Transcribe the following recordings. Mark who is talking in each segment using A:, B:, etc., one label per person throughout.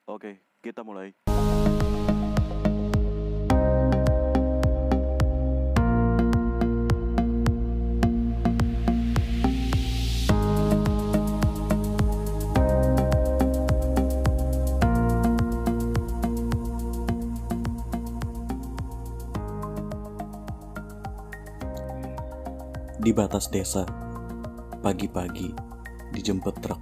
A: Oke, kita mulai. Di batas desa, pagi-pagi dijemput truk.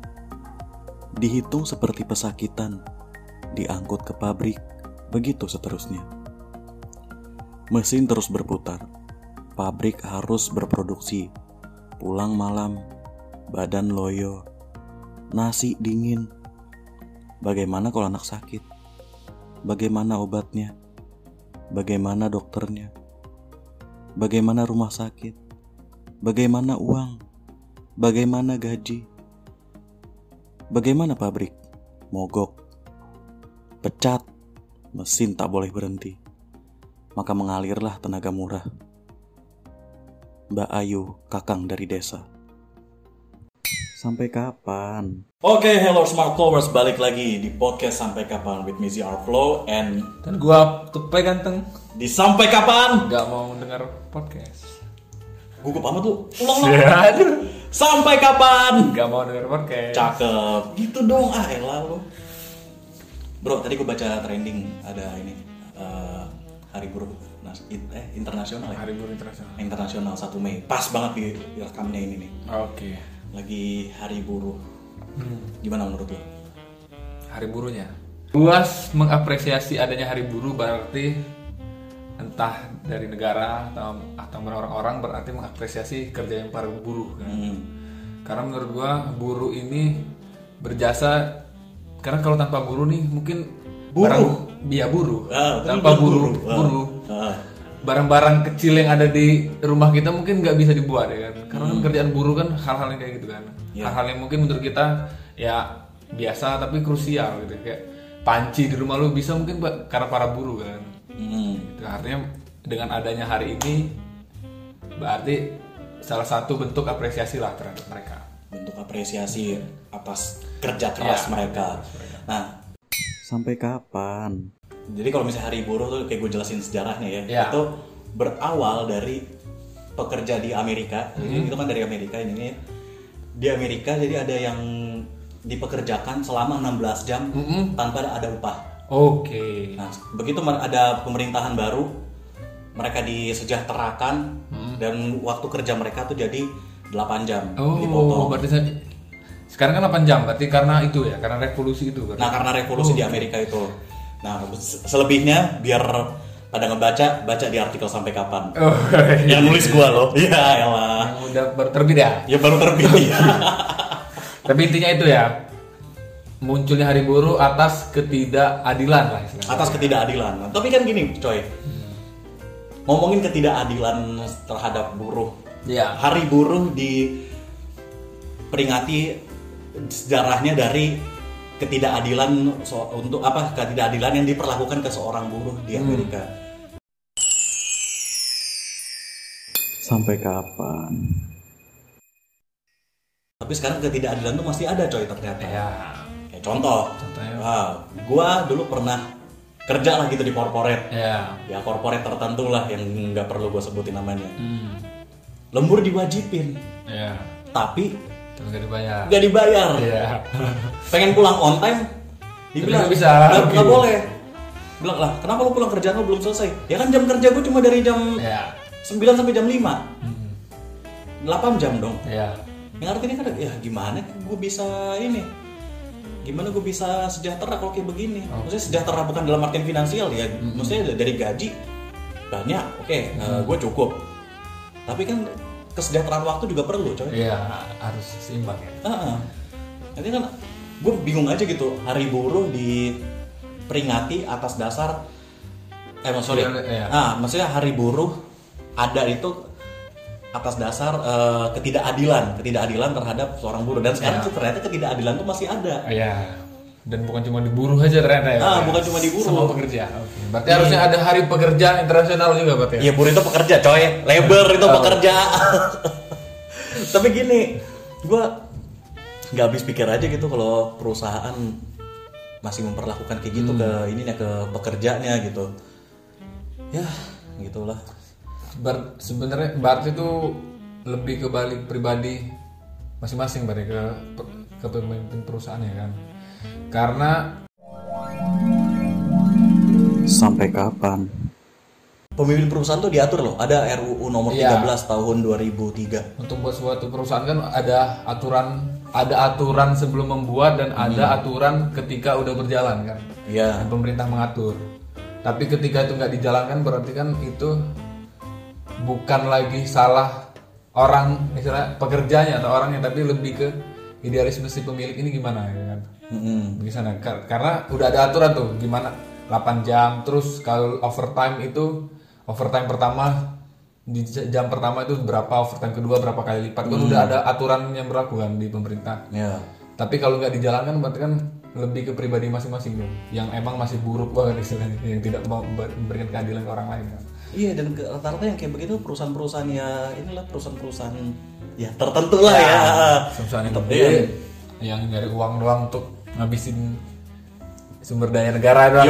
A: Dihitung seperti pesakitan, diangkut ke pabrik, begitu seterusnya. Mesin terus berputar, pabrik harus berproduksi, pulang malam, badan loyo, nasi dingin. Bagaimana kalau anak sakit? Bagaimana obatnya? Bagaimana dokternya? Bagaimana rumah sakit? Bagaimana uang? Bagaimana gaji? Bagaimana pabrik? Mogok. Pecat. Mesin tak boleh berhenti. Maka mengalirlah tenaga murah. Mbak Ayu, kakang dari desa. Sampai kapan? Oke, hello Smart Flowers, balik lagi di podcast Sampai Kapan with Mizzy Arflow and
B: gua Tupai ganteng.
A: di Sampai Kapan?
B: Gak mau dengar podcast.
A: Gugup amat lu. Ulang. Sampai kapan?
B: Gak mau denger podcast.
A: Cakep. Gitu dong. Elah lu. Bro, tadi gue baca trending ada ini Hari Buruh Internasional ya.
B: Hari Buruh Internasional.
A: Internasional 1 Mei. Pas banget di rekamnya ini nih.
B: Oke.
A: Lagi Hari Buruh. Gimana menurut lo?
B: Hari Buruhnya. Gua mengapresiasi adanya Hari Buruh berarti entah dari negara atau orang-orang berarti mengapresiasi kerja yang para buruh kan? Karena menurut gua buruh ini berjasa, karena kalau tanpa buruh nih mungkin
A: Buruh
B: tanpa buruh barang-barang kecil yang ada di rumah kita mungkin nggak bisa dibuat ya kan, karena kan kerjaan buruh kan hal-hal yang kayak gitu kan, hal-hal yang mungkin menurut kita ya biasa tapi krusial gitu, kayak panci di rumah lu bisa mungkin karena para buruh kan. Gitu. Artinya dengan adanya hari ini berarti salah satu bentuk apresiasi lah terhadap mereka.
A: Bentuk apresiasi atas kerja keras mereka. Nah, sampai kapan? Jadi kalau misalnya Hari Buruh tuh kayak gue jelasin sejarahnya ya. Itu berawal dari pekerja di Amerika. Jadi itu kan dari Amerika ini. Di Amerika jadi ada yang dipekerjakan selama 16 jam tanpa ada upah.
B: Oke.
A: Nah, begitu ada pemerintahan baru, mereka disejahterakan dan waktu kerja mereka tuh jadi 8 jam dipotong.
B: Berarti sekarang kan 8 jam, berarti karena itu ya, karena revolusi itu. Berarti.
A: Nah, karena revolusi di Amerika itu. Nah, selebihnya biar pada baca di artikel Sampai Kapan. Yang nulis gua loh. Iya, elah.
B: Yang udah baru terbit ya?
A: Ya baru terbit ya.
B: Tapi intinya itu ya. Munculnya Hari Buruh atas ketidakadilan lah istilahnya.
A: Atas ketidakadilan. Tapi kan gini, coy. Ngomongin ketidakadilan terhadap buruh.
B: Ya.
A: Hari Buruh diperingati sejarahnya dari ketidakadilan untuk apa? Ketidakadilan yang diperlakukan ke seorang buruh di Amerika. Sampai kapan? Tapi sekarang ketidakadilan tuh masih ada, coy, ternyata.
B: Ya.
A: Contohnya, gua dulu pernah kerja lah gitu di corporate. Ya corporate tertentu lah yang nggak perlu gua sebutin namanya. Lembur diwajibin. Tapi nggak dibayar. Pengen pulang on time, dibilang nggak boleh. Bilang lah, kenapa lu pulang kerjaan lu belum selesai? Ya kan jam kerja gua cuma dari jam 9 sampai jam 5. 8 jam dong. Yang artinya kan ya gimana gue bisa ini? Gimana gue bisa sejahtera kalau kayak begini? Maksudnya sejahtera bukan dalam artian finansial ya. Maksudnya dari gaji banyak, gue cukup. Tapi kan kesejahteraan waktu juga perlu, coy.
B: Iya, harus seimbang ya.
A: Nanti kan gue bingung aja gitu. Hari Buruh diperingati atas dasar maksudnya Hari Buruh ada itu atas dasar ketidakadilan terhadap seorang buruh, dan sekarang ternyata ketidakadilan itu masih ada.
B: Dan bukan cuma di buruh aja ternyata ya.
A: Bukan cuma di buruh.
B: Sama pekerja. Berarti harusnya ada Hari Pekerja Internasional juga berarti.
A: Iya, buruh itu pekerja, coy. Labor itu pekerja. Tapi gini, gue nggak habis pikir aja gitu kalau perusahaan masih memperlakukan kayak gitu ke ininya, ke pekerjanya gitu. Ya, gitulah.
B: Sebenarnya berarti itu lebih ke balik pribadi masing-masing berarti ke pemimpin perusahaan ya kan. Karena
A: sampai kapan pemimpin perusahaan tuh diatur loh, ada RUU nomor 13 tahun 2003.
B: Untuk buat suatu perusahaan kan ada aturan sebelum membuat dan ada aturan ketika udah berjalan kan.
A: Iya.
B: Dan pemerintah mengatur. Tapi ketika itu nggak dijalankan berarti kan itu bukan lagi salah orang, misalnya pekerjanya atau orangnya, tapi lebih ke idealisme si pemilik ini gimana ya kan. Gimana? Karena udah ada aturan tuh gimana 8 jam, terus kalau overtime pertama di jam pertama itu berapa, overtime kedua berapa kali lipat, kan udah ada aturan yang berlaku kan di pemerintah. Tapi kalau nggak dijalankan berarti kan lebih ke pribadi masing-masing dong, yang emang masih buruk banget istilahnya, yang tidak memberikan keadilan ke orang lain kan.
A: Iya, dan rata-rata yang kayak begitu perusahaan-perusahaan ya inilah perusahaan-perusahaan ya tertentu lah ya.
B: Perusahaan yang gede yang nyari uang doang untuk ngabisin sumber daya negara doang.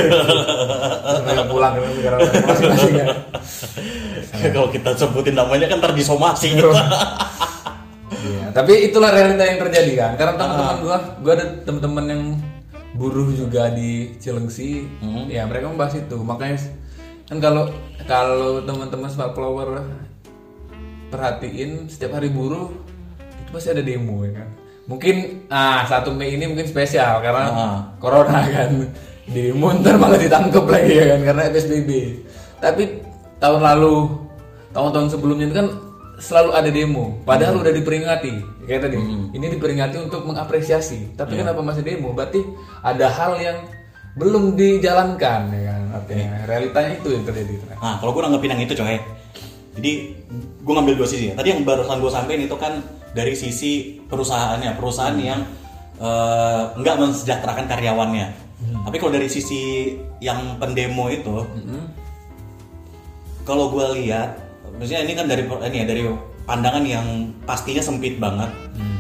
B: Supaya pulang ke negara masing-masing ya.
A: Kalau kita sebutin namanya kan ntar disomasi.
B: Iya, tapi itulah realita yang terjadi kan. Karena teman-teman gua ada teman-teman yang buruh juga di Cilengsi, ya mereka membahas itu. Makanya kan kalau teman-teman Smart Flower perhatiin setiap hari buruh itu pasti ada demo ya kan. Mungkin 1 Mei ini mungkin spesial karena corona kan, demo ntar malah ditangkap lagi ya kan karena PSBB. Tapi tahun-tahun sebelumnya itu kan selalu ada demo, padahal udah diperingati kayak tadi. Ini diperingati untuk mengapresiasi, tapi kenapa masih demo? Berarti ada hal yang belum dijalankan ya kan, artinya realitanya itu yang terjadi.
A: Nah, kalau gue nanggepin yang itu coy, jadi gue ngambil 2 sisi ya. Tadi yang barusan gue sampein itu kan dari sisi perusahaan yang nggak mensejahterakan karyawannya. Tapi kalau dari sisi yang pendemo itu, kalau gue lihat, maksudnya ini kan dari pandangan yang pastinya sempit banget.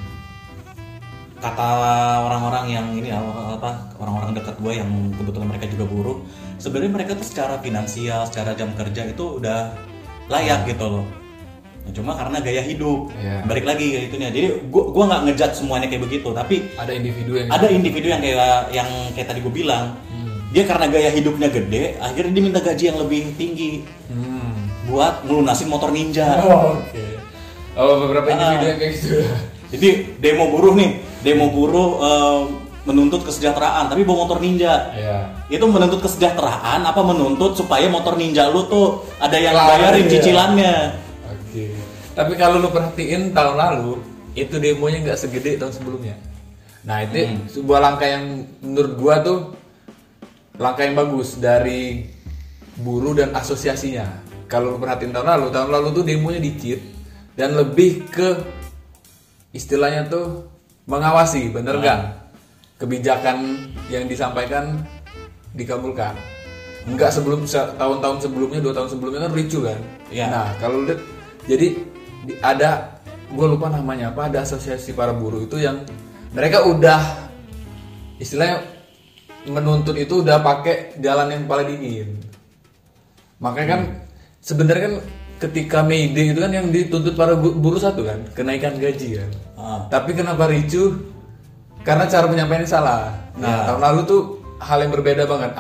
A: Kata orang-orang yang ini orang-orang dekat gue yang kebetulan mereka juga buruh, sebenarnya mereka tuh secara finansial, secara jam kerja itu udah layak gitu loh. Nah, cuma karena gaya hidup, balik lagi ke itunya. Jadi gue nggak ngejudge semuanya kayak begitu, tapi
B: ada individu yang
A: kayak tadi gue bilang, dia karena gaya hidupnya gede, akhirnya dia minta gaji yang lebih tinggi buat melunasin motor ninja.
B: Beberapa individu yang kayak gitu.
A: Jadi demo buruh menuntut kesejahteraan tapi bawa motor ninja. Itu menuntut kesejahteraan apa menuntut supaya motor ninja lu tuh ada yang bayarin cicilannya.
B: Tapi kalau lu perhatiin tahun lalu itu demonya nggak segede tahun sebelumnya. Nah itu sebuah langkah yang menurut gua tuh langkah yang bagus dari buruh dan asosiasinya. Kalau lu perhatiin tahun lalu tuh demonya dikit dan lebih ke istilahnya tuh mengawasi bener nggak kebijakan yang disampaikan dikabulkan. Enggak tahun-tahun sebelumnya, 2 tahun sebelumnya kan ricu kan. Nah kalau lihat jadi ada, gue lupa namanya apa, ada asosiasi para buruh itu yang mereka udah istilahnya menuntut itu udah pakai jalan yang paling dingin. Makanya kan sebenarnya kan ketika May Day itu kan yang dituntut para buruh satu kan, kenaikan gaji kan. Tapi kenapa ricuh? Karena cara penyampaiannya salah. Nah, tahun lalu tuh hal yang berbeda banget.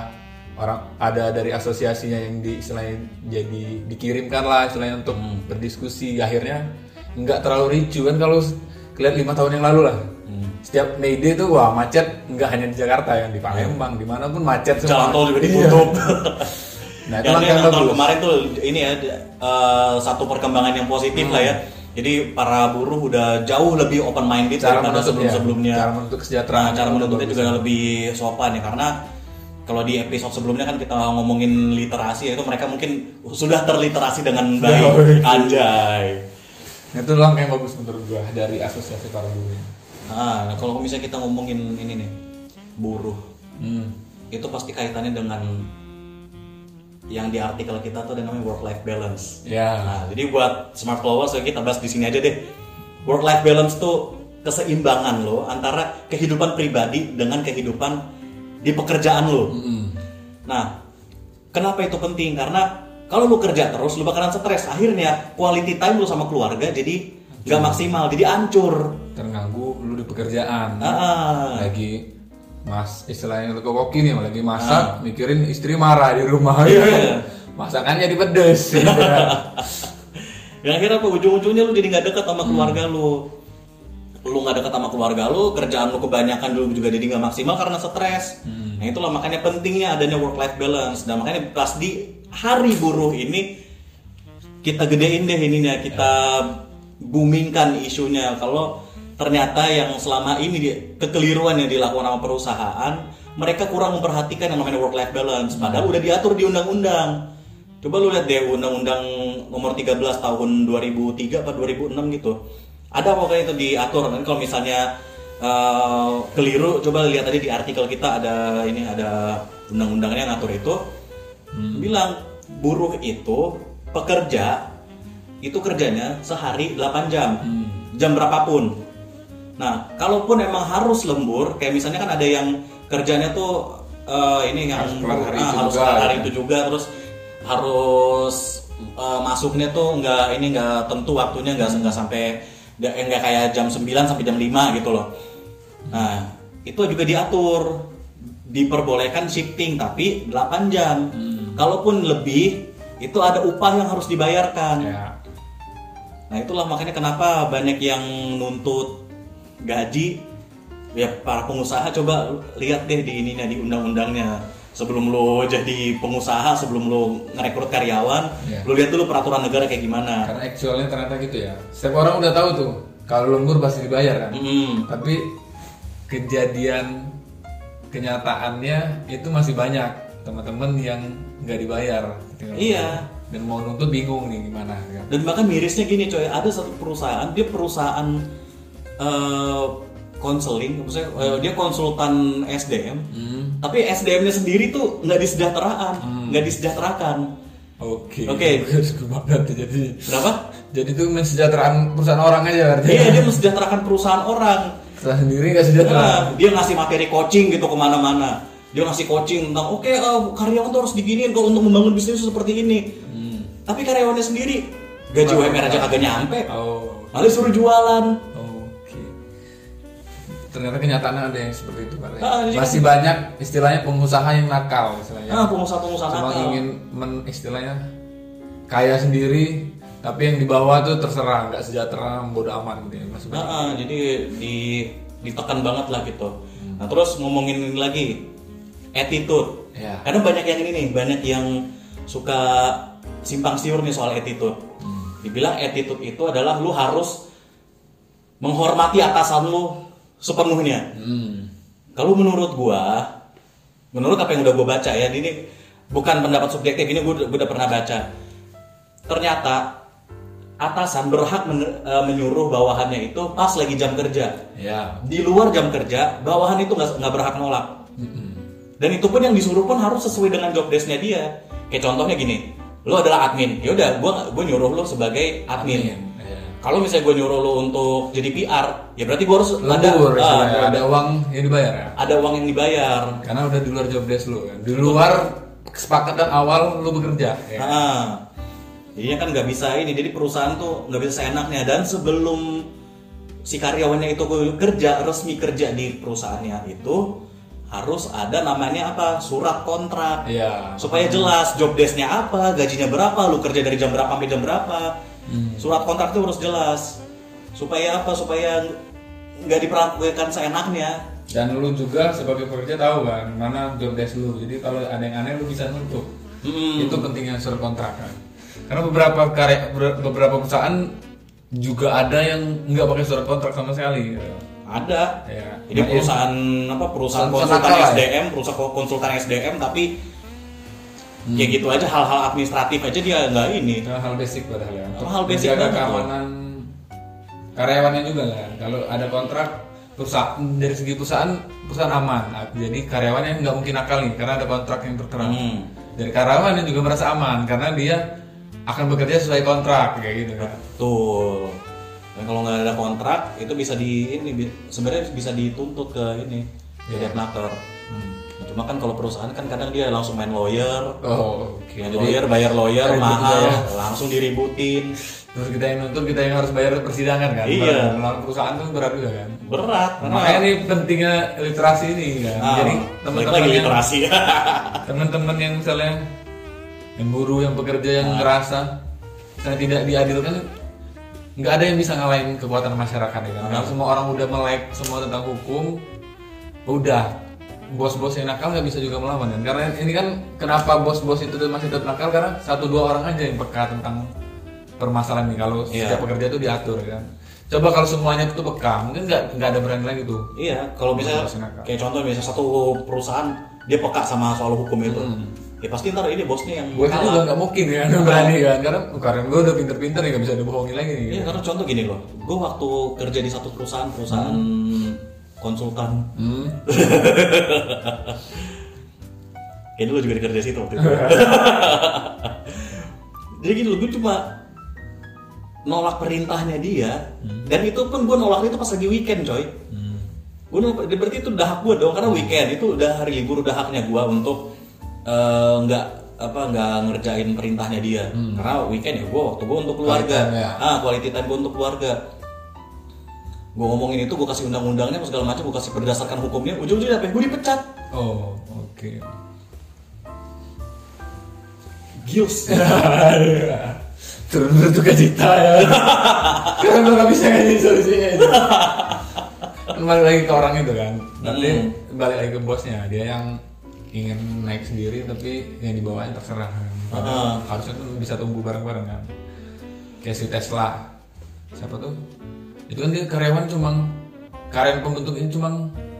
B: Ada dari asosiasinya yang istilahnya jadi dikirimkan lah istilahnya untuk berdiskusi. Akhirnya nggak terlalu ricuh kan kalau lihat 5 tahun yang lalu lah. Setiap May Day tuh wah macet, nggak hanya di Jakarta, yang di Palembang, dimanapun macet semua.
A: Jalan tol juga ditutup.
B: Nah, itu yang
A: tahun kemarin tuh ini ya satu perkembangan yang positif lah ya. Jadi para buruh udah jauh lebih open minded daripada sebelum-sebelumnya.
B: Cara menuntut kesejahteraan,
A: cara menuntutnya juga lebih sopan ya, karena kalau di episode sebelumnya kan kita ngomongin literasi, yaitu mereka mungkin sudah terliterasi dengan baik. Anjay.
B: Itu langkah yang bagus menurut gua dari asosiasi para buruh.
A: Nah, kalau misalnya kita ngomongin ini nih buruh, itu pasti kaitannya dengan yang di artikel kita tuh ada namanya work-life balance. Nah, jadi buat Smart Flowers kita bahas di sini aja deh. Work-life balance tuh keseimbangan lo antara kehidupan pribadi dengan kehidupan di pekerjaan lo. Nah, kenapa itu penting? Karena kalau lu kerja terus, lu bakalan stres. Akhirnya quality time lu sama keluarga jadi nggak maksimal, jadi hancur.
B: Terganggu lu di pekerjaan. Lagi istilahnya koki nih, lagi masak, mikirin istri marah di rumah. Masakannya jadi pedes.
A: Yang akhirnya apa? Ujung-ujungnya lu jadi nggak dekat sama keluarga lu. Lu nggak dekat sama keluarga lu, kerjaan lu kebanyakan dulu juga jadi nggak maksimal karena stres. Nah itulah makanya pentingnya adanya work-life balance. Dan makanya pas di hari buruh ini kita gedein deh ininya, kita boomingkan isunya. Kalau ternyata yang selama ini kekeliruan yang dilakukan sama perusahaan, mereka kurang memperhatikan yang namanya work-life balance. Padahal udah diatur di undang-undang. Coba lu lihat deh undang-undang nomor 13 tahun 2003 atau 2006 gitu. Ada pokoknya itu diatur. Nanti kalau misalnya keliru, coba lihat tadi di artikel kita ada undang-undangnya yang ngatur itu. Bilang buruh itu pekerja itu kerjanya sehari 8 jam. Jam berapapun. Nah, kalaupun emang harus lembur, kayak misalnya kan ada yang kerjanya tuh harus hari itu juga, terus harus masuknya tuh nggak tentu waktunya, nggak sampai nggak kayak jam 9 sampai jam 5 gitu loh. Nah, itu juga diatur, diperbolehkan shifting tapi 8 jam. Kalaupun lebih, itu ada upah yang harus dibayarkan. Nah, itulah makanya kenapa banyak yang nuntut gaji. Ya para pengusaha coba lihat deh di undang-undangnya. Sebelum lo jadi pengusaha, sebelum lo ngerekrut karyawan, lo lihat dulu peraturan negara kayak gimana.
B: Karena actualnya ternyata gitu ya. Setiap orang udah tahu tuh kalau lembur pasti dibayar kan. Tapi kejadian kenyataannya itu masih banyak teman-teman yang nggak dibayar.
A: Iya.
B: Dan mau nuntut bingung nih gimana. Kan?
A: Dan bahkan mirisnya gini coy, ada satu perusahaan, dia perusahaan konseling, maksudnya dia konsultan SDM, tapi SDM-nya sendiri tuh nggak disejahterakan. Oke.
B: Jadi
A: kenapa?
B: Jadi itu mensejahterakan perusahaan orang aja berarti.
A: Iya, dia mensejahterakan perusahaan orang.
B: Sendiri nggak sejahtera.
A: Dia ngasih materi coaching gitu kemana-mana. Dia ngasih coaching tentang karyawan tuh harus diginiin kalau untuk membangun bisnis seperti ini. Tapi karyawannya sendiri gaji UMR aja kagak nyampe. Malah suruh jualan.
B: Ternyata kenyataannya ada yang seperti itu Pak. Masih banyak istilahnya pengusaha yang nakal istilahnya.
A: Pengusaha
B: cuma
A: nakal.
B: Ingin istilahnya kaya sendiri, tapi yang di bawah tuh terserah, nggak sejahtera, bodo amat gitu ya. Masih banyak.
A: Jadi ditekan banget lah gitu. Nah terus ngomongin lagi attitude. Karena banyak yang ini nih, banyak yang suka simpang siur nih soal attitude. Dibilang attitude itu adalah lu harus menghormati atasan lu sepenuhnya. Kalau menurut apa yang udah gue baca ya, ini bukan pendapat subjektif, ini gue udah pernah baca. Ternyata atasan berhak menyuruh bawahannya itu pas lagi jam kerja. Di luar jam kerja, bawahan itu nggak berhak nolak. Dan itu pun yang disuruh pun harus sesuai dengan job desk-nya dia. Kayak contohnya gini, lo adalah admin, yaudah gue nyuruh lo sebagai admin. Kalau misalnya gue nyuruh lo untuk jadi PR, ya berarti gue harus
B: ada uang yang dibayar ya?
A: Ada uang yang dibayar.
B: Karena udah di luar job desk lo kan? Di luar kesepakatan awal lo bekerja ya?
A: Jadinya kan nggak bisa ini, jadi perusahaan tuh nggak bisa seenaknya. Dan sebelum si karyawannya itu resmi kerja di perusahaannya itu, harus ada namanya surat kontrak. Supaya jelas job desk-nya apa, gajinya berapa, lu kerja dari jam berapa sampai jam berapa. Surat kontrak itu harus jelas. Supaya nggak diperlakukan seenaknya. Dan
B: lu juga sebagai pekerja tahu kan mana job desk lu. Jadi kalau ada yang aneh lu bisa nutup. Itu pentingnya surat kontrak kan. Karena beberapa perusahaan juga ada yang nggak pakai surat kontrak sama sekali.
A: Ada. Jadi perusahaan konsultan SDM, perusahaan konsultan SDM tapi kayak gitu aja, hal-hal administratif aja dia nggak ini.
B: Hal basic padahal ya.
A: Hal basic
B: menjaga keamanan karyawannya juga kan. Kalau ada kontrak perusahaan, dari segi perusahaan aman. Jadi karyawannya nggak mungkin nakal nih karena ada kontrak yang tertera. Dari karyawannya juga merasa aman karena dia akan bekerja sesuai kontrak kayak gitu kan.
A: Betul. Dan kalau nggak ada kontrak itu bisa sebenarnya bisa dituntut ke ini debt-naker. Cuma kan kalau perusahaan kan kadang dia langsung main lawyer, lawyer bayar lawyer mahal, langsung diributin.
B: Terus kita yang nuntut, kita yang harus bayar persidangan kan.
A: Iya.
B: Melawan perusahaan tuh berat juga kan.
A: Berat.
B: Makanya ini pentingnya literasi ini kan. Jadi teman-teman yang misalnya yang buruh, yang pekerja yang ngerasa saya tidak diadilkan, nggak ada yang bisa ngalahin kekuatan masyarakat ya kan. Kalau semua orang udah melek semua tentang hukum, udah bos-bos yang nakal nggak bisa juga melawan kan. Karena ini kan kenapa bos-bos itu masih tetap nakal, karena 1-2 orang aja yang peka tentang permasalahan ini. Kalau setiap pekerja itu diatur kan. Coba kalau semuanya itu peka, mungkin nggak ada berani lagi tuh.
A: Iya, kalau misalnya kayak contoh misalnya satu perusahaan dia peka sama soal hukum itu, ya pasti ntar ini bosnya yang
B: bosnya juga nggak mungkin ya berani kan, karena gue udah pinter-pinter ya nggak bisa dibohongin lagi nih.
A: Iya, karena contoh gini loh, gue waktu kerja di satu perusahaan konsultan, kayaknya lu juga kerja situ waktu itu. Jadi gini loh, gue cuma nolak perintahnya dia, dan itu pun gue nolak itu pas lagi weekend coy. Gue nolak, berarti itu udah hak gue dong, karena weekend itu udah hari libur, udah haknya gue untuk nggak ngerjain perintahnya dia. Karena weekend ya waktu gue untuk keluarga, quality time gue untuk keluarga. Gue ngomongin itu, gue kasih undang-undangnya segala macam, gue kasih berdasarkan hukumnya, ujung-ujungnya apa? Gue dipecat.
B: Oh, oke.
A: Gius.
B: Turun berduka cita ya. Karena lo gak bisa ngasih solusinya itu. Balik lagi ke orang itu kan. Nanti balik lagi ke bosnya, dia yang ingin naik sendiri tapi yang di bawahnya terserah kan. Harusnya tuh bisa tumbuh bareng-bareng kan. Kayak si Tesla. Siapa tuh? Itu kan dia karyawan pembentuk ini cuma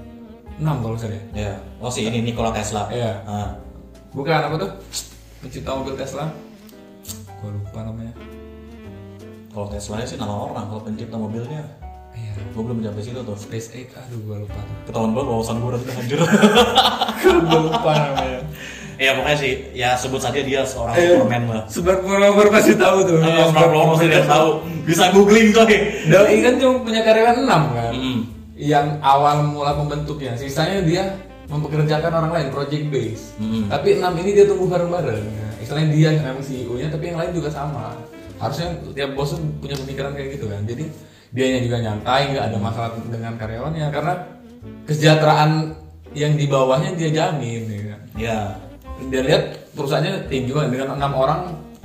B: 6 kalau saya.
A: Iya. Oh si ini Nikola Tesla.
B: Iya. Bukan apa tuh? Pencipta mobil Tesla. Gue lupa namanya.
A: Kalau Tesla sih nama orang, kalau pencipta mobilnya.
B: Iya.
A: Gue belum sampai situ tuh.
B: SpaceX, aduh gue lupa tuh.
A: Ketahuan banget wawasan gue udah hancur.
B: Gue lupa namanya.
A: Ya pokoknya sih, ya sebut saja dia seorang Superman lah.
B: Superman pasti tahu tuh.
A: Superman pasti dia tahu. Bisa googling coy.
B: Doi kan cuma punya karyawan 6 kan. Yang awal mula pembentuknya, sisanya dia mempekerjakan orang lain, project base. Tapi 6 ini dia tumbuh bareng-bareng. Istilahnya dia yang CEO-nya, tapi yang lain juga sama. Harusnya tiap bos punya pemikiran kayak gitu kan. Jadi dianya juga nyantai, nggak ada masalah dengan karyawannya, karena kesejahteraan yang di bawahnya dia jamin.
A: Ya.
B: Dia lihat perusahaannya tinggi juga, dengan 6 orang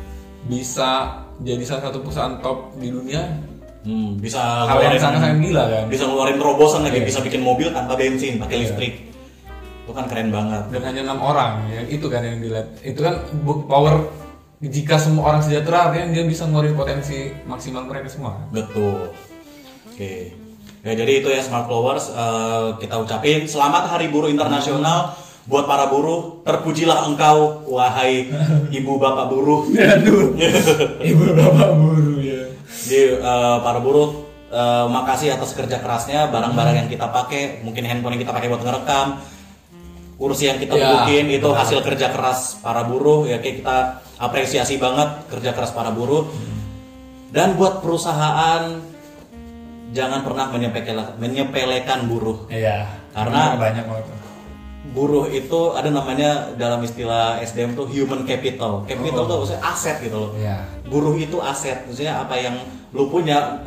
B: bisa jadi salah satu perusahaan top di dunia.
A: Bisa
B: hal yang sangat gila kan.
A: Bisa ngeluarin terobosan lagi, bisa bikin mobil tanpa bensin, pakai listrik. Itu kan keren banget.
B: Dan hanya 6 orang, ya itu kan yang dilihat. Itu kan power, jika semua orang sejahtera, artinya dia bisa ngeluarin potensi maksimal mereka semua.
A: Betul. Oke. Ya jadi itu ya Smart Flowers, kita ucapin selamat Hari Buruh Internasional buat para buruh. Terpujilah engkau wahai ibu bapak buruh.
B: Ibu bapak buruh ya.
A: Jadi para buruh, makasih atas kerja kerasnya, barang-barang yang kita pakai, mungkin handphone yang kita pakai buat ngerekam, kursi yang kita dudukin itu hasil kerja keras para buruh. Ya kita apresiasi banget kerja keras para buruh. Dan buat perusahaan, jangan pernah menyepelekan buruh.
B: Iya.
A: Karena
B: banyak banget.
A: Buruh itu ada namanya dalam istilah SDM tuh human capital. Capital tuh maksudnya aset gitu loh.
B: Iya.
A: Buruh itu aset. Maksudnya apa yang lu punya,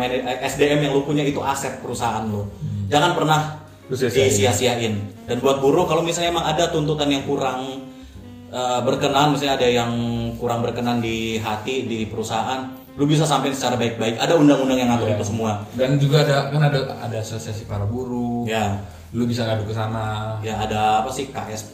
A: SDM yang lu punya itu aset perusahaan lu. Jangan pernah disia-siain. Dan buat buruh, kalau misalnya emang ada tuntutan yang kurang berkenan, misalnya ada yang kurang berkenan di hati di perusahaan, lu bisa sampein secara baik-baik. Ada undang-undang yang ngatur itu semua.
B: Dan juga ada asosiasi para buruh.
A: Ya.
B: Lu bisa ngadu ke sana.
A: Ya ada apa sih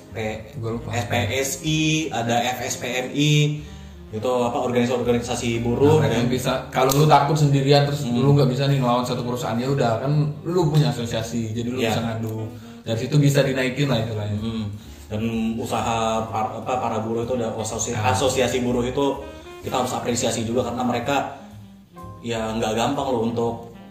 A: SPSI, ada FSPMI. Itu apa organisasi buruh.
B: Nah, yang bisa, kalau lu takut sendirian terus lu nggak bisa nih ngelawan satu perusahaan, ya udah kan lu punya asosiasi, jadi lu bisa ngadu. Dari situ bisa dinaikin lah istilahnya.
A: Dan usaha para buruh itu ada asosiasi buruh itu kita harus apresiasi juga, karena mereka ya nggak gampang loh untuk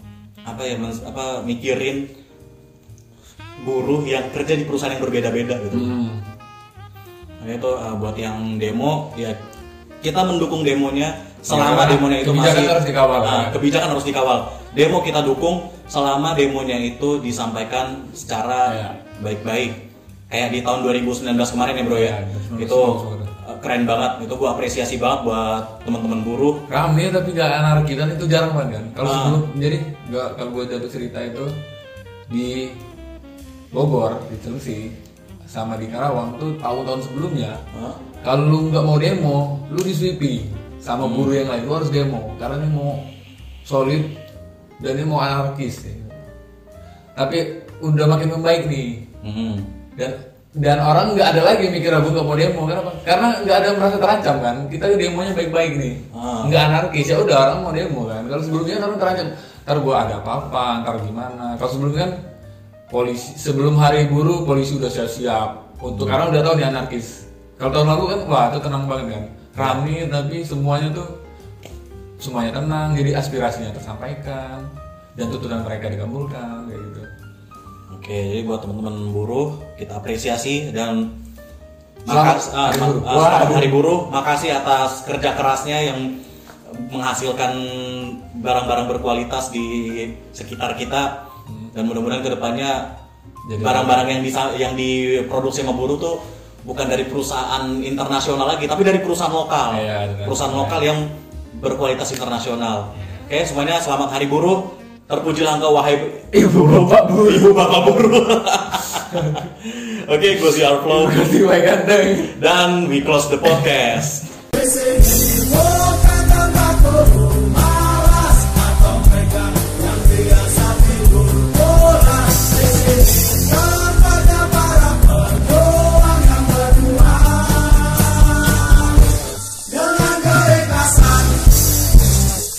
A: mikirin buruh yang kerja di perusahaan yang berbeda-beda gitu. Nah itu buat yang demo, ya kita mendukung demonya selama demonya itu
B: kebijakan
A: masih
B: harus dikawal.
A: Kebijakan harus dikawal. Demo kita dukung selama demonya itu disampaikan secara baik-baik. Kayak di tahun 2019 kemarin ya bro ya. Itu keren banget. Itu gua apresiasi banget buat teman-teman buruh.
B: Rame tapi gak anarki kan, itu jarang banget kan. Kalau sebelum jadi kalau gua dapat cerita itu di Bogor, di Cilengsi, sama di Karawang tuh tahun-tahun sebelumnya, kalau lu nggak mau demo, lu disweeping sama buruh yang lain. Lu harus demo karena ini mau solid dan ini mau anarkis. Tapi udah makin membaik nih, dan orang nggak ada lagi mikir aku nggak mau demo. Kenapa? Karena nggak ada merasa terancam kan. Kita demonya baik-baik nih, nggak anarkis, ya udah orang mau demo kan. Kalau sebelumnya orang terancam, ntar gua ada apa-apa, ntar gimana. Kalau sebelumnya kan polisi, sebelum hari buruh polisi udah siap-siap untuk, karena udah tahu nih anarkis. Kalau tahun lalu kan wah itu tenang banget kan, rame tapi semuanya tenang, jadi aspirasinya tersampaikan dan tuntutan mereka dikabulkan kayak gitu.
A: Oke, jadi buat teman-teman buruh kita apresiasi dan selamat hari buruh. Makasih atas kerja kerasnya yang menghasilkan barang-barang berkualitas di sekitar kita. Dan mudah-mudahan kedepannya barang-barang yang diproduksi sama buruh tuh bukan dari perusahaan internasional lagi, tapi dari perusahaan lokal, perusahaan lokal yang berkualitas internasional. Oke, semuanya selamat Hari Buruh. Terpujilah engkau wahai ibu bapak buruh. Oke, gue si Arflow
B: dan
A: we close the podcast.